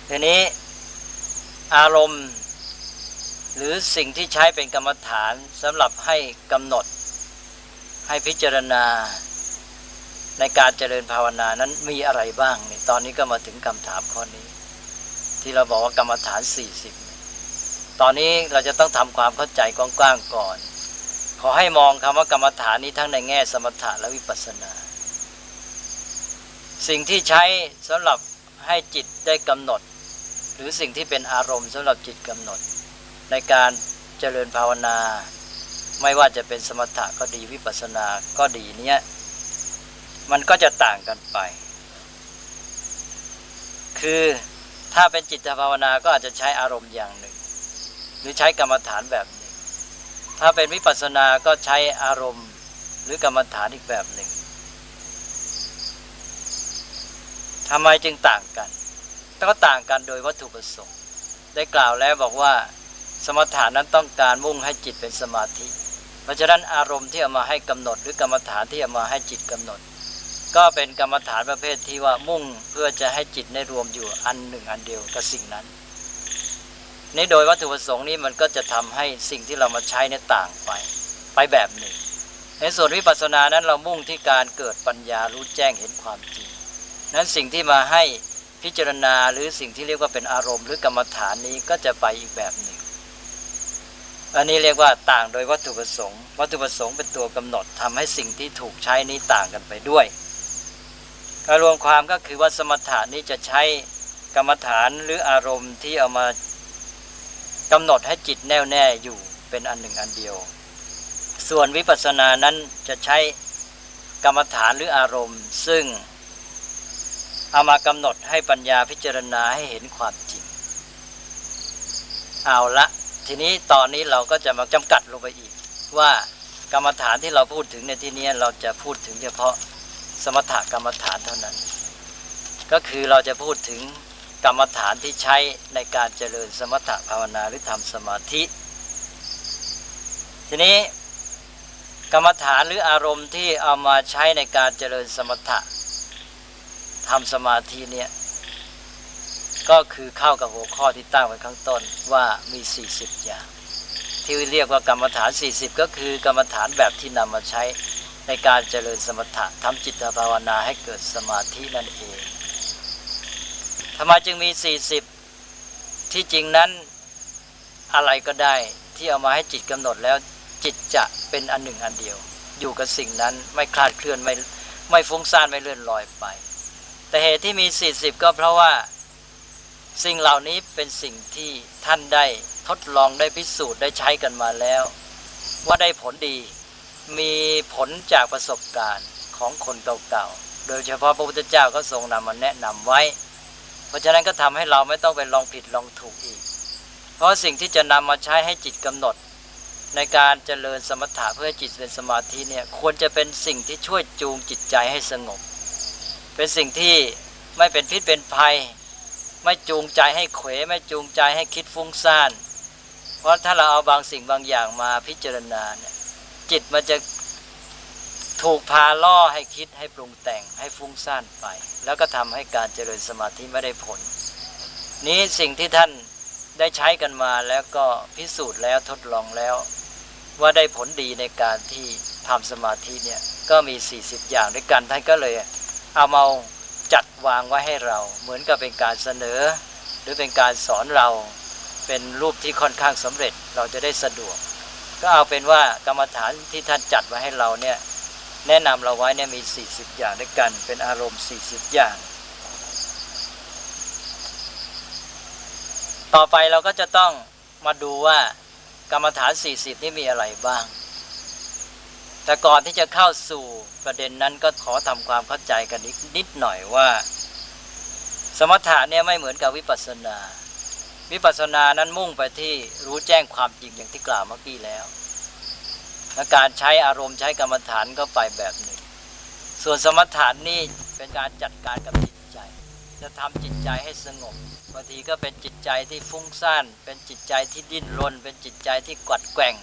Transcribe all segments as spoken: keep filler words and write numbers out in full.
ทีนี้อารมณ์หรือสิ่งที่ใช้เป็นกรรมฐานสำหรับให้กำหนดให้พิจารณาในการเจริญภาวนานั้นมีอะไรบ้างนี่ตอนนี้ก็มาถึงคำถามข้อนี้ที่เราบอกว่ากรรมฐานสี่สิบตอนนี้เราจะต้องทำความเข้าใจกว้างๆก่อนขอให้มองคำว่ากรรมฐานนี้ทั้งในแง่สมถะและวิปัสสนาสิ่งที่ใช้สำหรับให้จิตได้กำหนดหรือสิ่งที่เป็นอารมณ์สำหรับจิตกำหนดในการเจริญภาวนาไม่ว่าจะเป็นสมถะก็ดีวิปัสสนาก็ดีเนี่ยมันก็จะต่างกันไปคือถ้าเป็นจิตภาวนาก็อาจจะใช้อารมณ์อย่างหนึ่งหรือใช้กรรมฐานแบบหนึ่งถ้าเป็นวิปัสสนาก็ใช้อารมณ์หรือกรรมฐานอีกแบบหนึ่งทำไมจึงต่างกันก็ต่างกันโดยวัตถุประสงค์ได้กล่าวแล้วบอกว่าสมถะนั้นต้องการมุ่งให้จิตเป็นสมาธิเพราะฉะนั้นอารมณ์ที่เอามาให้กำหนดหรือกรรมฐานที่เอามาให้จิตกำหนดก็เป็นกรรมฐานประเภทที่ว่ามุ่งเพื่อจะให้จิตได้รวมอยู่อันหนึ่งอันเดียวกับสิ่งนั้นนี่โดยวัตถุประสงค์นี้มันก็จะทำให้สิ่งที่เรามาใช้เนี่ยต่างไปไปแบบหนึ่งในส่วนวิปัสสนานั้นเรามุ่งที่การเกิดปัญญารู้แจ้งเห็นความจริงนั้นสิ่งที่มาให้พิจารณาหรือสิ่งที่เรียกว่าเป็นอารมณ์หรือกรรมฐานนี้ก็จะไปอีกแบบหนึ่งอันนี้เรียกว่าต่างโดยวัตถุประสงค์วัตถุประสงค์เป็นตัวกำหนดทำให้สิ่งที่ถูกใช้นี้ต่างกันไปด้วยการรวมความก็คือว่าสมถะนี้จะใช้กรรมฐานหรืออารมณ์ที่เอามากำหนดให้จิตแน่วแน่อยู่เป็นอันหนึ่งอันเดียวส่วนวิปัสสนานั้นจะใช้กรรมฐานหรืออารมณ์ซึ่งเอามากำหนดให้ปัญญาพิจารณาให้เห็นความจริงเอาละทีนี้ตอนนี้เราก็จะมาจำกัดลงไปอีกว่ากรรมฐานที่เราพูดถึงในที่นี้เราจะพูดถึงเฉพาะสมถกรรมฐานเท่านั้นก็คือเราจะพูดถึงกรรมฐานที่ใช้ในการเจริญสมถภาวนาหรือทำสมาธิทีนี้กรรมฐานหรืออารมณ์ที่เอามาใช้ในการเจริญสมถะทำสมาธิเนี่ยก็คือเข้ากับหัวข้อที่ตั้งไว้ข้างต้นว่ามีสี่สิบอย่างที่เรียกว่ากรรมฐานสี่สิบก็คือกรรมฐานแบบที่นำมาใช้ในการเจริญสมถะทำจิตภาวนาให้เกิดสมาธินั่นเองทำไมจึงมีสี่สิบที่จริงนั้นอะไรก็ได้ที่เอามาให้จิตกำหนดแล้วจิตจะเป็นอันหนึ่งอันเดียวอยู่กับสิ่งนั้นไม่คลาดเคลื่อนไม่ไม่ฟุ้งซ่านไม่เลื่อนลอยไปแต่เหตุที่มีสี่สิบก็เพราะว่าสิ่งเหล่านี้เป็นสิ่งที่ท่านได้ทดลองได้พิสูจน์ได้ใช้กันมาแล้วว่าได้ผลดีมีผลจากประสบการณ์ของคนเก่าๆโดยเฉพาะพระพุทธเจ้าก็ทรงนำมาแนะนำไว้เพราะฉะนั้นก็ทำให้เราไม่ต้องไปลองผิดลองถูกอีกเพราะสิ่งที่จะนำมาใช้ให้จิตกำหนดในการเจริญสมถะเพื่อให้จิตเป็นสมาธิเนี่ยควรจะเป็นสิ่งที่ช่วยจูงจิตใจให้สงบเป็นสิ่งที่ไม่เป็นพิษเป็นภัยไม่จูงใจให้เขวไม่จูงใจให้คิดฟุ้งซ่านเพราะถ้าเราเอาบางสิ่งบางอย่างมาพิจารณาเนี่ยจิตมันจะถูกพาล่อให้คิดให้ปรุงแต่งให้ฟุ้งซ่านไปแล้วก็ทำให้การเจริญสมาธิไม่ได้ผลนี้สิ่งที่ท่านได้ใช้กันมาแล้วก็พิสูจน์แล้วทดลองแล้วว่าได้ผลดีในการที่ทำสมาธิเนี่ยก็มีสี่สิบอย่างด้วยกันท่านก็เลยเอามาจัดวางไว้ให้เราเหมือนกับเป็นการเสนอหรือเป็นการสอนเราเป็นรูปที่ค่อนข้างสำเร็จเราจะได้สะดวกก็เอาเป็นว่ากรรมฐานที่ท่านจัดไว้ให้เราเนี่ยแนะนำเราไว้เนี่ยมีสี่สิบอย่างด้วยกันเป็นอารมณ์สี่สิบอย่างต่อไปเราก็จะต้องมาดูว่ากรรมฐานสี่สิบนี่มีอะไรบ้างแต่ก่อนที่จะเข้าสู่ประเด็นนั้นก็ขอทำความเข้าใจกันนิดนิดหน่อยว่าสมถะเนี่ยไม่เหมือนกับวิปัสสนาวิปัสสนานั้นมุ่งไปที่รู้แจ้งความจริงอย่างที่กล่าวเมื่อกี้แล้วและการใช้อารมณ์ใช้กรรมฐานก็ไปแบบหนึ่งส่วนสมถะนี่เป็นการจัดการกับจิตใจจะทำจิตใจให้สงบบางทีก็เป็นจิตใจที่ฟุ้งซ่านเป็นจิตใจที่ดิ้นรนเป็นจิตใจที่กวัดแกว่ง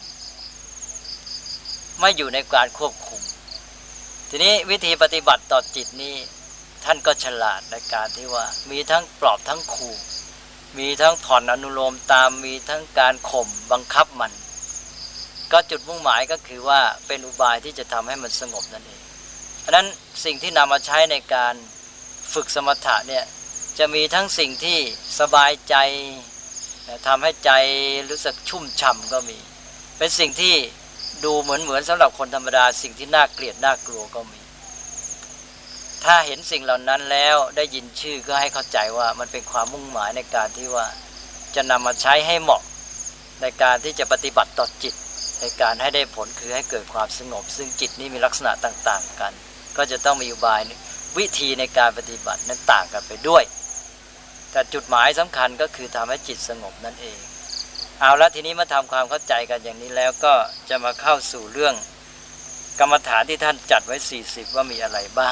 ไม่อยู่ในการควบคุมทีนี้วิธีปฏิบัติต่อจิตนี้ท่านก็ฉลาดในการที่ว่ามีทั้งปลอบทั้งขู่มีทั้งผ่อนอนุโลมตามมีทั้งการข่มบังคับมันก็จุดมุ่งหมายก็คือว่าเป็นอุบายที่จะทำให้มันสงบนั่นเองเพราะนั้นสิ่งที่นำมาใช้ในการฝึกสมถะเนี่ยจะมีทั้งสิ่งที่สบายใจทำให้ใจรู้สึกชุ่มฉ่ำก็มีเป็นสิ่งที่ดูเหมือนเหมือนสำหรับคนธรรมดาสิ่งที่น่าเกลียดน่ากลัวก็มีถ้าเห็นสิ่งเหล่านั้นแล้วได้ยินชื่อก็ให้เข้าใจว่ามันเป็นความมุ่งหมายในการที่ว่าจะนำมาใช้ให้เหมาะในการที่จะปฏิบัติต่อจิตในการให้ได้ผลคือให้เกิดความสงบซึ่งจิตนี้มีลักษณะต่างๆกันก็จะต้องมีอุบายวิธีในการปฏิบัตินั้นต่างกันไปด้วยแต่จุดหมายสำคัญก็คือทำให้จิตสงบนั่นเองเอาละทีนี้มาทำความเข้าใจกันอย่างนี้แล้วก็จะมาเข้าสู่เรื่องกรรมฐานที่ท่านจัดไว้สี่สิบว่ามีอะไรบ้าง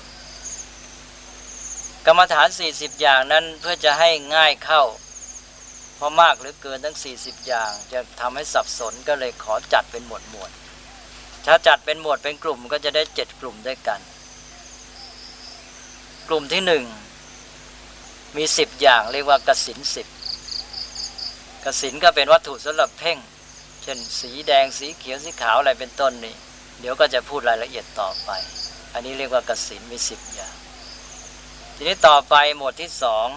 กรรมฐานสี่สิบอย่างนั้นเพื่อจะให้ง่ายเข้าเพราะมากหรือเกินทั้งสี่สิบอย่างจะทำให้สับสนก็เลยขอจัดเป็นหมวดหมวดถ้าจัดเป็นหมวดเป็นกลุ่มก็จะได้เจ็ดกลุ่มด้วยกันกลุ่มที่หนึ่งมีสิบอย่างเรียกว่ากสิณสิบกสิณก็เป็นวัตถุสำหรับเพ่งเช่นสีแดงสีเขียวสีขาวอะไรเป็นต้นนี่เดี๋ยวก็จะพูดรายละเอียดต่อไปอันนี้เรียกว่ากสิณมีสิบอย่างทีนี้ต่อไปหมวดที่สอง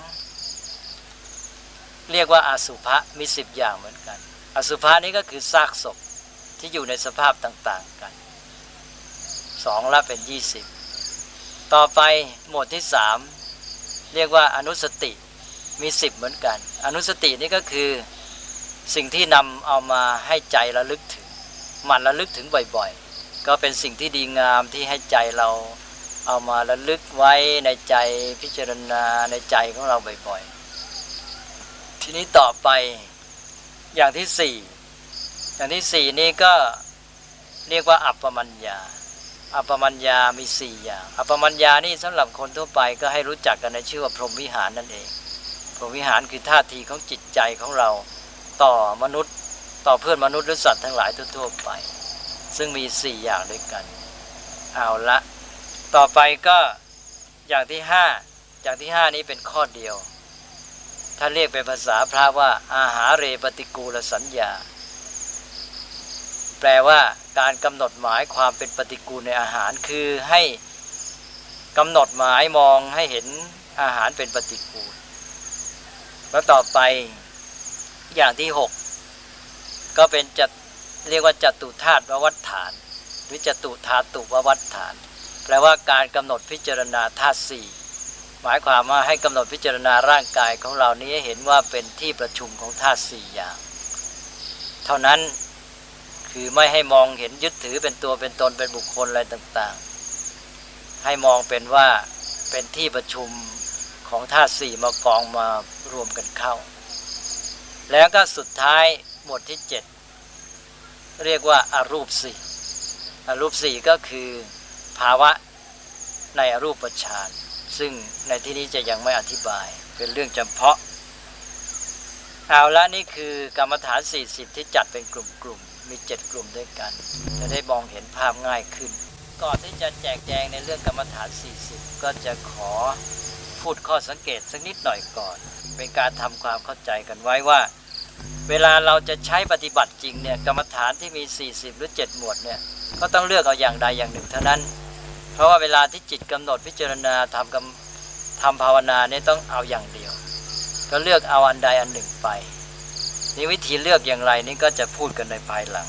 เรียกว่าอสุภะมีสิบอย่างเหมือนกันอสุภะนี้ก็คือซากศพที่อยู่ในสภาพต่างๆกันสองละเป็นยี่สิบต่อไปหมวดที่สามเรียกว่าอนุสติมีสิบเหมือนกันอนุสตินี่ก็คือสิ่งที่นำเอามาให้ใจระลึกถึงมันระลึกถึงบ่อยๆก็เป็นสิ่งที่ดีงามที่ให้ใจเราเอามาระลึกไว้ในใจพิจารณาในใจของเราบ่อยๆทีนี้ต่อไปอย่างที่สี่อย่างที่สี่นี่ก็เรียกว่าอัปปมัญญาอัปปมัญญามีสี่อย่างอัปปมัญญานี่สำหรับคนทั่วไปก็ให้รู้จักกันในชื่อว่าพรหมวิหารนั่นเองพรหมวิหารคือท่าทีของจิตใจของเราต่อมนุษย์ต่อเพื่อนมนุษย์หรือสัตว์ทั้งหลายทั่วๆไปซึ่งมีสี่อย่างด้วยกันเอาละต่อไปก็อย่างที่ห้าอย่างที่ห้านี้เป็นข้อเดียวถ้าเรียกเป็นภาษาพระว่าอาหาเรปฏิกูลสัญญาแปลว่าการกำหนดหมายความเป็นปฏิกูลในอาหารคือให้กำหนดหมายมองให้เห็นอาหารเป็นปฏิกูลแล้วต่อไปอย่างที่หกก็เป็นจัดเรียกว่าจตุธาตุววัฏฐานหรือจตุธาตุววัฏฐานแปลว่าการกำหนดพิจารณาธาตุสี่หมายความว่าให้กำหนดพิจารณาร่างกายของเรานี้ให้เห็นว่าเป็นที่ประชุมของธาตุสี่อย่างเท่านั้นคือไม่ให้มองเห็นยึดถือเป็นตัวเป็นตนเป็นบุคคลอะไรต่างๆให้มองเป็นว่าเป็นที่ประชุมของธาตุสี่มากองมารวมกันเข้าแล้วก็สุดท้ายหมวดที่เจ็ดเรียกว่าอรูปสี่อรูปสี่ก็คือภาวะในอรูปฌานซึ่งในที่นี้จะยังไม่อธิบายเป็นเรื่องจำเพาะเอาละนี่คือกรรมฐานสี่สิบที่จัดเป็นกลุ่มๆมีเจ็ดกลุ่มด้วยกันจะได้มองเห็นภาพง่ายขึ้นก่อนที่จะแจกแจงในเรื่องกรรมฐานสี่สิบก็จะขอพูดข้อสังเกตสักนิดหน่อยก่อนเป็นการทำความเข้าใจกันไว้ว่าเวลาเราจะใช้ปฏิบัติจริงเนี่ยกรรมฐานที่มีสี่สิบหรือเจ็ดหมวดเนี่ยก็ต้องเลือกเอาอย่างใดอย่างหนึ่งเท่านั้นเพราะว่าเวลาที่จิตกำหนดพิจารณาทำกำทำภาวนาเนี่ยต้องเอาอย่างเดียวก็เลือกเอาอันใดอันหนึ่งไปนี่วิธีเลือกอย่างไรนี่ก็จะพูดกันในภายหลัง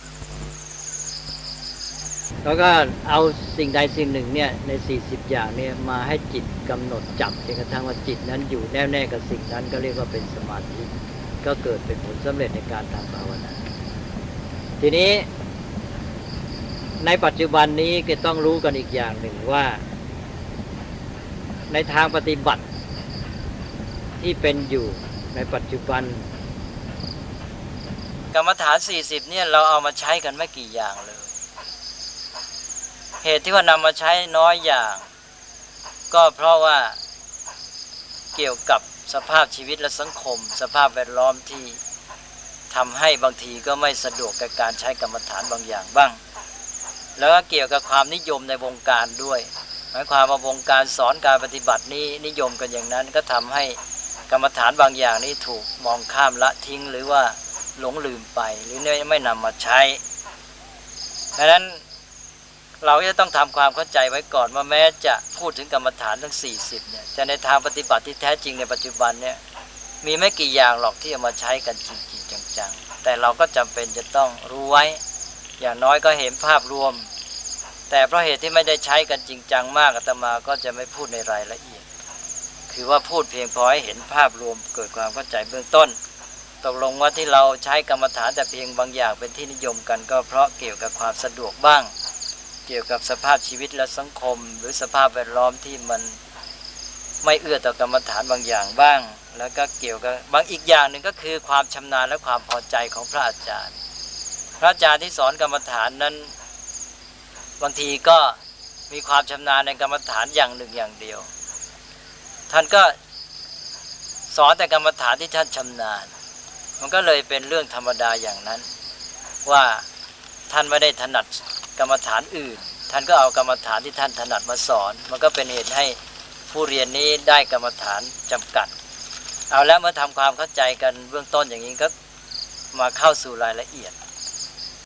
แล้วก็เอาสิ่งใดสิ่งหนึ่งเนี่ยในสี่สิบอย่างเนี่ยมาให้จิตกำหนดจับจนกระทั่งว่าจิตนั้นอยู่แน่วแน่กับสิ่งนั้นก็เรียกว่าเป็นสมาธิก็เกิดเป็นผลสำเร็จในการทำภาวนาทีนี้ในปัจจุบันนี้ก็ต้องรู้กันอีกอย่างหนึ่งว่าในทางปฏิบัติที่เป็นอยู่ในปัจจุบันกรรมฐานสี่สิบเนี่ยเราเอามาใช้กันไม่กี่อย่างเลยเหตุที่ว่านำมาใช้น้อยอย่างก็เพราะว่าเกี่ยวกับสภาพชีวิตและสังคมสภาพแวดล้อมที่ทำให้บางทีก็ไม่สะดวกกับการใช้กรรมฐานบางอย่างบ้างแล้วก็เกี่ยวกับความนิยมในวงการด้วยหมายความว่าวงการสอนการปฏิบัตินี้นิยมกันอย่างนั้นก็ทำให้กรรมฐานบางอย่างนี้ถูกมองข้ามละทิ้งหรือว่าหลงลืมไปหรือไม่นำมาใช้ดังนั้นเราจะต้องทำความเข้าใจไว้ก่อนว่าแม้จะพูดถึงกรรมฐานทั้งสี่สิบเนี่ยแต่ในทางปฏิบัติที่แท้จริงในปัจจุบันเนี่ยมีไม่กี่อย่างหรอกที่เอามาใช้กันจริงๆจังๆแต่เราก็จำเป็นจะต้องรู้ไว้อย่างน้อยก็เห็นภาพรวมแต่เพราะเหตุที่ไม่ได้ใช้กันจริงจังมากอาตมาก็จะไม่พูดในรายละเอียดคือว่าพูดเพียงพอให้เห็นภาพรวมเกิดความเข้าใจเบื้องต้นตกลงว่าที่เราใช้กรรมฐานแต่เพียงบางอย่างเป็นที่นิยมกันก็เพราะเกี่ยวกับความสะดวกบ้างเกี่ยวกับสภาพชีวิตและสังคมหรือสภาพแวดล้อมที่มันไม่เอื้อต่อกรรมฐานบางอย่างบ้างแล้วก็เกี่ยวกับบางอีกอย่างหนึ่งก็คือความชำนาญและความพอใจของพระอาจารย์พระอาจารย์ที่สอนกรรมฐานนั้นบางทีก็มีความชำนาญในกรรมฐานอย่างหนึ่งอย่างเดียวท่านก็สอนแต่กรรมฐานที่ท่านชำนาญมันก็เลยเป็นเรื่องธรรมดาอย่างนั้นว่าท่านไม่ได้ถนัดกรรมฐานอื่นท่านก็เอากรรมฐานที่ท่านถนัดมาสอนมันก็เป็นเหตุให้ผู้เรียนนี้ได้กรรมฐานจำกัดเอาแล้วเมื่อทำความเข้าใจกันเบื้องต้นอย่างนี้ก็มาเข้าสู่รายละเอียด